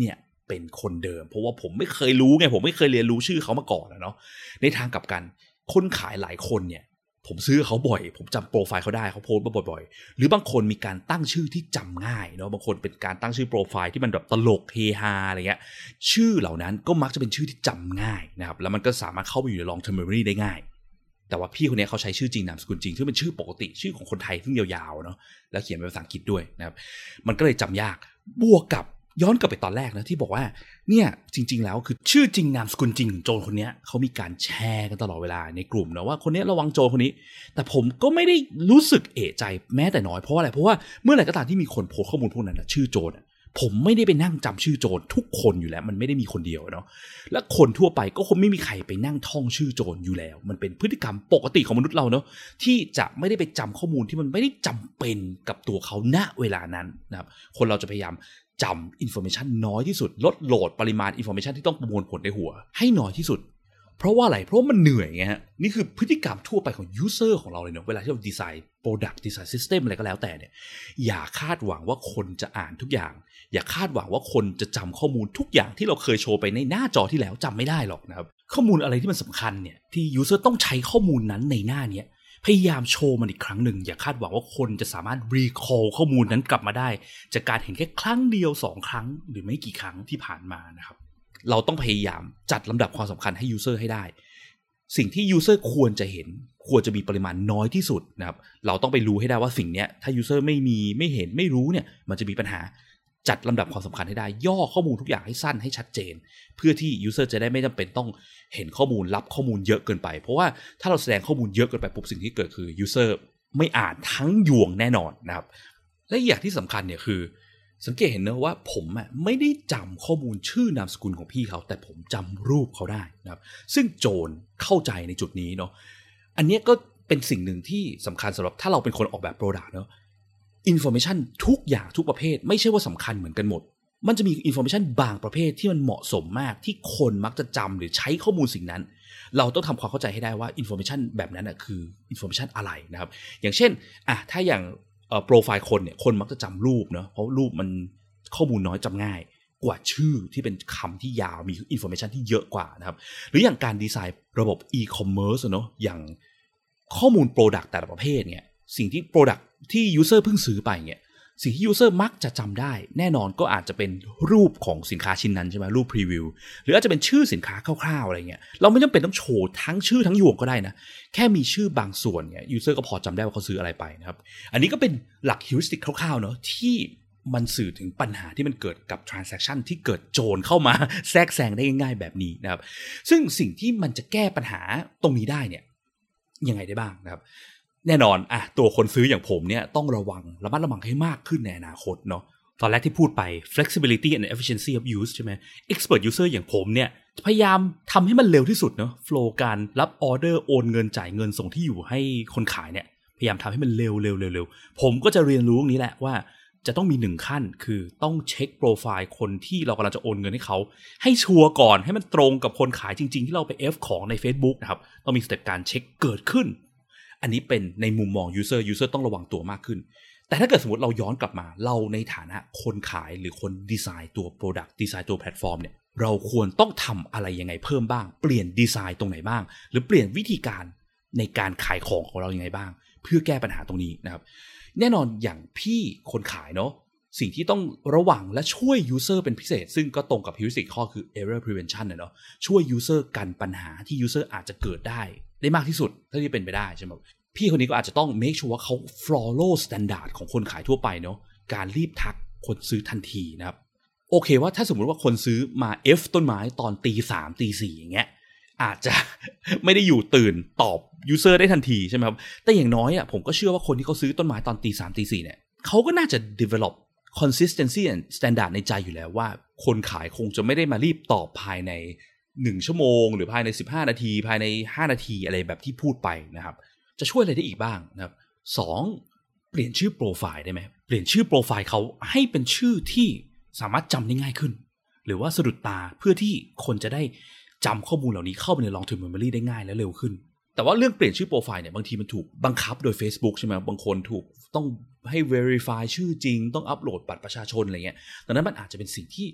เป็นคนเดิมเพราะว่าผมไม่เคยรู้ไงผมไม่เคยเรียนรู้ชื่อเขามาก่อนนะเนาะในทางกลับกันคนขายหลายคนเนี่ยผมซื้อเขาบ่อยผมจำโปรไฟล์เขาได้เขาโพสต์มาบ่อยๆหรือบางคนมีการตั้งชื่อที่จำง่ายเนาะบางคนเป็นการตั้งชื่อโปรไฟล์ที่มันแบบตลกเฮฮาอะไรเงี้ยชื่อเหล่านั้นก็มักจะเป็นชื่อที่จำง่ายนะครับแล้วมันก็สามารถเข้าไปอยู่ใน long term memory ได้ง่ายแต่ว่าพี่คนนี้เขาใช้ชื่อจริงนามสกุลจริงซึ่งเป็นชื่อปกติชื่อของคนไทยซึ่งยาวๆเนาะแล้วเขียนเป็นภาษาอังกฤษด้วยนะครับมันก็เลยจำยากบวกกับย้อนกลับไปตอนแรกนะที่บอกว่าเนี่ยจริงๆแล้วคือชื่อจริงนามสกุลจริงของโจรคนนี้เขามีการแชร์กันตลอดเวลาในกลุ่มนะว่าคนนี้ระวังโจรคนนี้แต่ผมก็ไม่ได้รู้สึกเอะใจแม้แต่น้อยเพราะอะไรเพราะว่าเมื่อไหร่ก็ตามที่มีคนโพสต์ข้อมูลพวกนั้นนะชื่อโจรผมไม่ได้ไปนั่งจำชื่อโจรทุกคนอยู่แล้วมันไม่ได้มีคนเดียวเนาะและคนทั่วไปก็คงไม่มีใครไปนั่งท่องชื่อโจรอยู่แล้วมันเป็นพฤติกรรมปกติของมนุษย์เราเนาะที่จะไม่ได้ไปจำข้อมูลที่มันไม่ได้จำเป็นกับตัวเขาณเวลานั้นนะครับคนเราจะพยายามจำอินโฟเมชันน้อยที่สุดลดโหลดปริมาณอินโฟเมชันที่ต้องประมวลผลในหัวให้น้อยที่สุดเพราะว่าอะไรเพราะมันเหนื่อยไงฮะนี่คือพฤติกรรมทั่วไปของยูเซอร์ของเราเลยเนาะเวลาที่เราดีไซน์โปรดักต์ดีไซน์ซิสเต็มอะไรก็แล้วแต่เนี่ยอย่าคาดหวังว่าคนจะอ่านทุกอย่างอย่าคาดหวังว่าคนจะจำข้อมูลทุกอย่างที่เราเคยโชว์ไปในหน้าจอที่แล้วจำไม่ได้หรอกนะครับข้อมูลอะไรที่มันสำคัญเนี่ยที่ยูเซอร์ต้องใช้ข้อมูลนั้นในหน้านี้พยายามโชว์มันอีกครั้งหนึ่งอย่าคาดหวังว่าคนจะสามารถรีคอลข้อมูลนั้นกลับมาได้จากการเห็นแค่ครั้งเดียวสองครั้งหรือไม่กี่ครั้งที่ผ่านมานะครับเราต้องพยายามจัดลำดับความสำคัญให้ยูเซอร์ให้ได้สิ่งที่ยูเซอร์ควรจะเห็นควรจะมีปริมาณน้อยที่สุดนะครับเราต้องไปรู้ให้ได้ว่าสิ่งนี้ถ้ายูเซอร์ไม่มีไม่เห็นไม่รู้เนี่ยมันจะมีปัญหาจัดลำดับความสำคัญให้ได้ย่อข้อมูลทุกอย่างให้สั้นให้ชัดเจนเพื่อที่ยูเซอร์จะได้ไม่จำเป็นต้องเห็นข้อมูลรับข้อมูลเยอะเกินไปเพราะว่าถ้าเราแสดงข้อมูลเยอะเกินไปปุ๊บสิ่งที่เกิดคือยูเซอร์ไม่อ่านทั้งยวงแน่นอนนะครับและอย่างที่สำคัญเนี่ยคือสังเกตเห็นนะว่าผมอ่ะไม่ได้จำข้อมูลชื่อนามสกุลของพี่เขาแต่ผมจำรูปเขาได้นะครับซึ่งโจรเข้าใจในจุดนี้เนาะอันนี้ก็เป็นสิ่งหนึ่งที่สำคัญสำหรับถ้าเราเป็นคนออกแบบโปรดักต์เนาะอินโฟเมชันทุกอย่างทุกประเภทไม่ใช่ว่าสำคัญเหมือนกันหมดมันจะมีอินโฟเมชันบางประเภทที่มันเหมาะสมมากที่คนมักจะจำหรือใช้ข้อมูลสิ่งนั้นเราต้องทำความเข้าใจให้ได้ว่าอินโฟเมชันแบบนั้นนะคืออินโฟเมชันอะไรนะครับอย่างเช่นอ่ะถ้าอย่างโปรไฟล์คนเนี่ยคนมักจะจำรูปเนาะเพราะรูปมันข้อมูลน้อยจำง่ายกว่าชื่อที่เป็นคำที่ยาวมีอินโฟเมชันที่เยอะกว่านะครับหรืออย่างการดีไซน์ระบบอีคอมเมิร์ซเนาะอย่างข้อมูลโปรดักต์แต่ละประเภทเนี่ยสิ่งที่โปรดักต์ที่ยูเซอร์เพิ่งซื้อไปเนี่ยสิ่งที่ยูเซอร์มักจะจำได้แน่นอนก็อาจจะเป็นรูปของสินค้าชิ้นนั้นใช่ไหมรูปพรีวิวหรืออาจจะเป็นชื่อสินค้าคร่าวๆอะไรเงี้ยเราไม่จำเป็นต้องโชว์ทั้งชื่อทั้งยวงก็ได้นะแค่มีชื่อบางส่วนเนี่ยยูเซอร์ก็พอจำได้ว่าเขาซื้ออะไรไปนะครับอันนี้ก็เป็นหลักฮิวริสติกคร่าวๆเนาะที่มันสื่อถึงปัญหาที่มันเกิดกับ transaction ที่เกิดโจรเข้ามาแทรกแซงได้ง่ายๆแบบนี้นะครับซึ่งสิ่งที่มันจะแก้ปัญหาตรงนี้ได้เนี่ยยังไงได้บ้างนะครับแน่นอนอ่ะตัวคนซื้ออย่างผมเนี่ยต้องระวังระมัดระวังให้มากขึ้นในอนาคตเนาะตอนแรกที่พูดไป flexibility and efficiency of use ใช่ไหม expert user อย่างผมเนี่ยพยายามทำให้มันเร็วที่สุดเนาะ flow การรับออเดอร์โอนเงินจ่ายเงินส่งที่อยู่ให้คนขายเนี่ยพยายามทำให้มันเร็วเร็วเร็วเร็วผมก็จะเรียนรู้ตรงนี้แหละว่าจะต้องมีหนึ่งขั้นคือต้องเช็คโปรไฟล์คนที่เรากำลังจะโอนเงินให้เขาให้ชัวร์ก่อนให้มันตรงกับคนขายจริงๆที่เราไป F ของใน Facebook นะครับต้องมีสเต็ปการเช็คเกิดขึ้นอันนี้เป็นในมุมมอง user user ต้องระวังตัวมากขึ้นแต่ถ้าเกิดสมมติเราย้อนกลับมาเราในฐานะคนขายหรือคนดีไซน์ตัว product ดีไซน์ตัวแพลตฟอร์มเนี่ยเราควรต้องทำอะไรยังไงเพิ่มบ้างเปลี่ยนดีไซน์ตรงไหนบ้างหรือเปลี่ยนวิธีการในการขายของของเรายังไงบ้างเพื่อแก้ปัญหาตรงนี้นะครับแน่นอนอย่างพี่คนขายเนาะสิ่งที่ต้องระวังและช่วย user เป็นพิเศษซึ่งก็ตรงกับ heuristic ข้อคือ error prevention เนาะช่วย user กันปัญหาที่ user อาจจะเกิดได้ได้มากที่สุดเท่าที่เป็นไปได้ใช่ไหมพี่คนนี้ก็อาจจะต้อง make sure ว่าเขา follow standard ของคนขายทั่วไปเนาะการรีบทักคนซื้อทันทีนะครับโอเคว่าถ้าสมมติว่าคนซื้อมา F ต้นไม้ตอนตีสามตีสี่อย่างเงี้ยอาจจะไม่ได้อยู่ตื่นตอบ user ได้ทันทีใช่ไหมครับแต่อย่างน้อยอ่ะผมก็เชื่อว่าคนที่เขาซื้อต้นไม้ตอนตีสามตีสี่เนี่ยเขาก็น่าจะ develop consistency and standard ในใจอยู่แล้วว่าคนขายคงจะไม่ได้มารีบตอบภายในหนึ่งชั่วโมงหรือภายในสิบห้านาทีภายในห้านาทีอะไรแบบที่พูดไปนะครับจะช่วยอะไรได้อีกบ้างนะครับสองเปลี่ยนชื่อโปรไฟล์ได้ไหมเปลี่ยนชื่อโปรไฟล์เขาให้เป็นชื่อที่สามารถจำได้ง่ายขึ้นหรือว่าสะดุดตาเพื่อที่คนจะได้จำข้อมูลเหล่านี้เข้าไปใน long term memory ได้ง่ายและเร็วขึ้นแต่ว่าเรื่องเปลี่ยนชื่อโปรไฟล์เนี่ยบางทีมันถูกบังคับโดย Facebook ใช่ไหมบางคนถูกต้องให้ verify ชื่อจริงต้องอัปโหลดบัตรประชาชนอะไรเงี้ยดังนั้นมันอาจจะเป็นสิ่งที่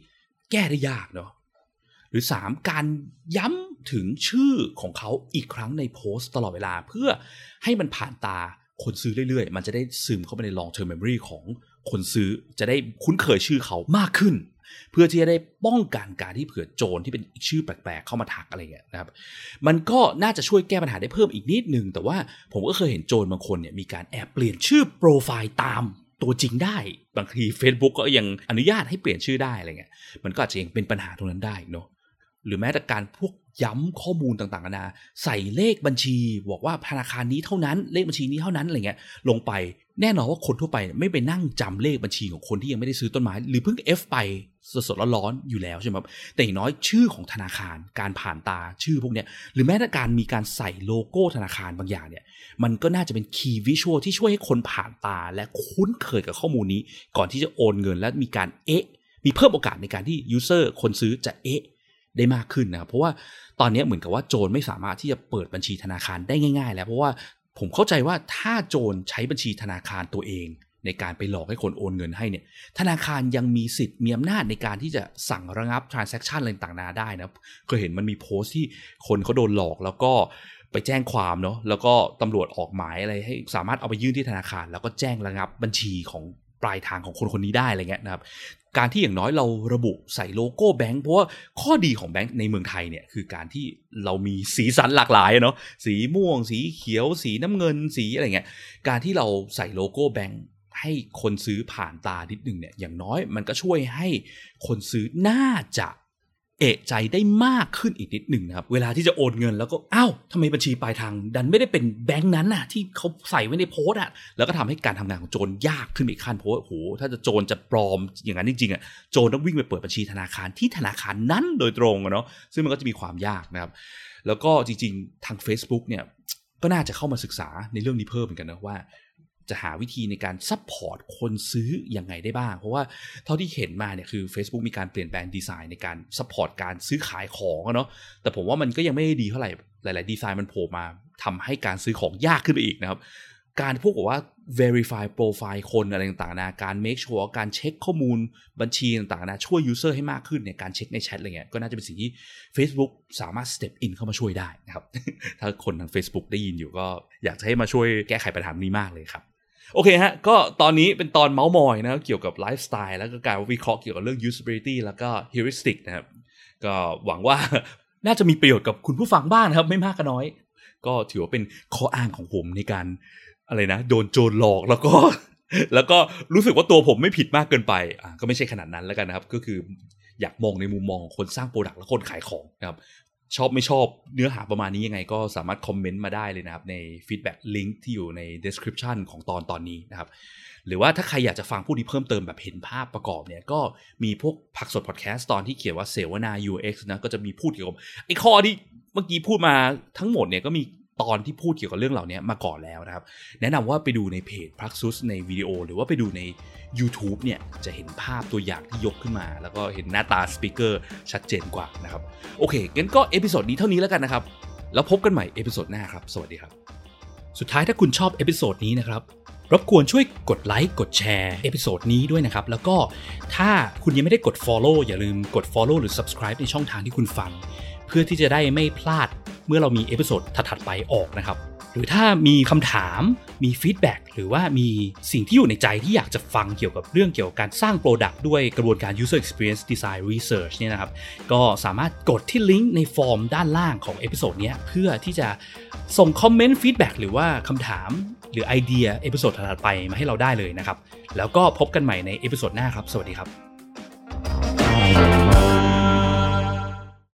แก้ได้ยากเนาะหรือสามการย้ำถึงชื่อของเขาอีกครั้งในโพสต์ตลอดเวลาเพื่อให้มันผ่านตาคนซื้อเรื่อยๆมันจะได้ซึมเข้าไปใน long term memory ของคนซื้อจะได้คุ้นเคยชื่อเขามากขึ้นเพื่อที่จะได้ป้องกันการที่เผื่อโจรที่เป็นชื่อแปลกๆเข้ามาทักอะไรเงี้ยนะครับมันก็น่าจะช่วยแก้ปัญหาได้เพิ่มอีกนิดนึงแต่ว่าผมก็เคยเห็นโจรบางคนเนี่ยมีการแอบเปลี่ยนชื่อโปรไฟล์ตามตัวจริงได้บางที Facebook ก็ยังอนุญาตให้เปลี่ยนชื่อได้อะไรเงี้ยมันก็อาจจะยังเป็นปัญหาตรงนั้นได้เนาะหรือแม้แต่การพวกย้ำข้อมูลต่างๆนานาใส่เลขบัญชีบอกว่าธนาคารนี้เท่านั้นเลขบัญชีนี้เท่านั้นอะไรเงี้ยลงไปแน่นอนว่าคนทั่วไปไม่ไปนั่งจำเลขบัญชีของคนที่ยังไม่ได้ซื้อต้นไม้หรือเพิ่ง F ไปสดๆร้อนๆอยู่แล้วใช่ไหมครับแต่อย่างน้อยชื่อของธนาคารการผ่านตาชื่อพวกเนี้ยหรือแม้แต่การมีการใส่โลโก้ธนาคารบางอย่างเนี่ยมันก็น่าจะเป็นคีย์วิชวลที่ช่วยให้คนผ่านตาและคุ้นเคยกับข้อมูลนี้ก่อนที่จะโอนเงินและมีการเอ๊ะมีเพิ่มโอกาสในการที่ยูเซอร์คนซื้อจะเอ๊ะได้มากขึ้นนะครับเพราะว่าตอนนี้เหมือนกับว่าโจรไม่สามารถที่จะเปิดบัญชีธนาคารได้ง่ายๆแล้วเพราะว่าผมเข้าใจว่าถ้าโจรใช้บัญชีธนาคารตัวเองในการไปหลอกให้คนโอนเงินให้เนี่ยธนาคารยังมีสิทธิ์มีอำนาจในการที่จะสั่งระงับ transaction อะไรต่างๆได้นะเคยเห็นมันมีโพสต์ที่คนเขาโดนหลอกแล้วก็ไปแจ้งความเนาะแล้วก็ตำรวจออกหมายอะไรให้สามารถเอาไปยื่นที่ธนาคารแล้วก็แจ้งระงับบัญชีของปลายทางของคนคนนี้ได้อะไรเงี้ยนะครับการที่อย่างน้อยเราระบุใส่โลโก้แบงค์เพราะว่าข้อดีของแบงค์ในเมืองไทยเนี่ยคือการที่เรามีสีสันหลากหลายเนาะสีม่วงสีเขียวสีน้ำเงินสีอะไรเงี้ยการที่เราใส่โลโก้แบงค์ให้คนซื้อผ่านตานิดนึงเนี่ยอย่างน้อยมันก็ช่วยให้คนซื้อน่าจะเอะใจได้มากขึ้นอีกนิดหนึ่งนะครับเวลาที่จะโอนเงินแล้วก็อ้าวทำไมบัญชีปลายทางดันไม่ได้เป็นแบงค์นั้นน่ะที่เขาใส่ไว้ในโพสต์อ่ะแล้วก็ทำให้การทำงานของโจรยากขึ้นอีกขั้นเพราะว่าโอ้โหถ้าจะโจรจะปลอมอย่างนั้นจริงๆอ่ะโจรต้องวิ่งไปเปิดบัญชีธนาคารที่ธนาคารนั้นโดยตรงอะเนาะซึ่งมันก็จะมีความยากนะครับแล้วก็จริงๆทาง Facebook เนี่ยก็น่าจะเข้ามาศึกษาในเรื่องนี้เพิ่มเหมือนกันนะว่าจะหาวิธีในการซัพพอร์ตคนซื้อยังไงได้บ้างเพราะว่าเท่าที่เห็นมาเนี่ยคือ Facebook มีการเปลี่ยนแปลงดีไซน์ในการซัพพอร์ตการซื้อขายของเนาะแต่ผมว่ามันก็ยังไม่ได้ดีเท่าไหร่หลายๆดีไซน์มันโผล่มาทำให้การซื้อของยากขึ้นไปอีกนะครับการพวกบอกว่า verify profile คนอะไรต่างๆนะการ make sure การเช็คข้อมูลบัญชีต่างๆนะช่วย user ให้มากขึ้นเนี่ยการเช็คในแชทอะไรเงี้ยก็น่าจะเป็นสิ่งที่ Facebook สามารถ step in เข้ามาช่วยได้นะครับ ถ้าคนทาง Facebook ได้ยินอยู่ก็อยากจะให้มาช่วยแก้ไขปัญหานี้มากเลยครับโอเคฮะก็ตอนนี้เป็นตอนเมาส์มอยนะเกี่ยวกับไลฟ์สไตล์แล้วก็การวิเคราะห์เกี่ยวกับเรื่อง usability แล้วก็ heuristic นะครับก็หวังว่าน่าจะมีประโยชน์กับคุณผู้ฟังบ้างนะครับไม่มากก็น้อยก็ถือว่าเป็นข้ออ้างของผมในการอะไรนะโดนโจรหลอกแล้วก็แล้วก็รู้สึกว่าตัวผมไม่ผิดมากเกินไปอ่าก็ไม่ใช่ขนาดนั้นแล้วกันนะครับก็คืออยากมองในมุมมองของคนสร้างโปรดักต์และคนขายของนะครับชอบไม่ชอบเนื้อหาประมาณนี้ยังไงก็สามารถคอมเมนต์มาได้เลยนะครับใน feedback link ที่อยู่ใน description ของตอนตอนนี้นะครับหรือว่าถ้าใครอยากจะฟังพวกนี้เพิ่มเติมแบบเห็นภาพประกอบเนี่ยก็มีพวกผักสดพอดแคสต์ตอนที่เขียนว่าเสวนา ยู เอ็กซ์ นะก็จะมีพูดเกี่ยวกับไอ้ข้อที่เมื่อกี้พูดมาทั้งหมดเนี่ยก็มีตอนที่พูดเกี่ยวกับเรื่องเหล่านี้มาก่อนแล้วนะครับแนะนำว่าไปดูในเพจ Praxis ในวิดีโอหรือว่าไปดูใน YouTube เนี่ยจะเห็นภาพตัวอย่างที่ยกขึ้นมาแล้วก็เห็นหน้าตาสปีกเกอร์ชัดเจนกว่านะครับโอเคงั้นก็เอพิโซดนี้เท่านี้แล้วกันนะครับแล้วพบกันใหม่เอพิโซดหน้าครับสวัสดีครับสุดท้ายถ้าคุณชอบเอพิโซดนี้นะครับรบกวนช่วยกดไลค์กดแชร์เอพิโซดนี้ด้วยนะครับแล้วก็ถ้าคุณยังไม่ได้กด follow อย่าลืมกด follow หรือ subscribe ในช่องทางที่คุณฟังเพื่อที่จะได้ไม่พลาดเมื่อเรามีเอพิโซดถัดๆไปออกนะครับหรือถ้ามีคำถามมีฟีดแบ็กหรือว่ามีสิ่งที่อยู่ในใจที่อยากจะฟังเกี่ยวกับเรื่องเกี่ยวกับการสร้าง Product ด้วยกระบวนการ User Experience Design Research เนี่ยนะครับก็สามารถกดที่ลิงก์ในฟอร์มด้านล่างของเอพิโซดนี้เพื่อที่จะส่งคอมเมนต์ฟีดแบ็กหรือว่าคำถามหรือไอเดียเอพิโซดถัดๆไปมาให้เราได้เลยนะครับแล้วก็พบกันใหม่ในเอพิโซดหน้าครับสวัสดีครับ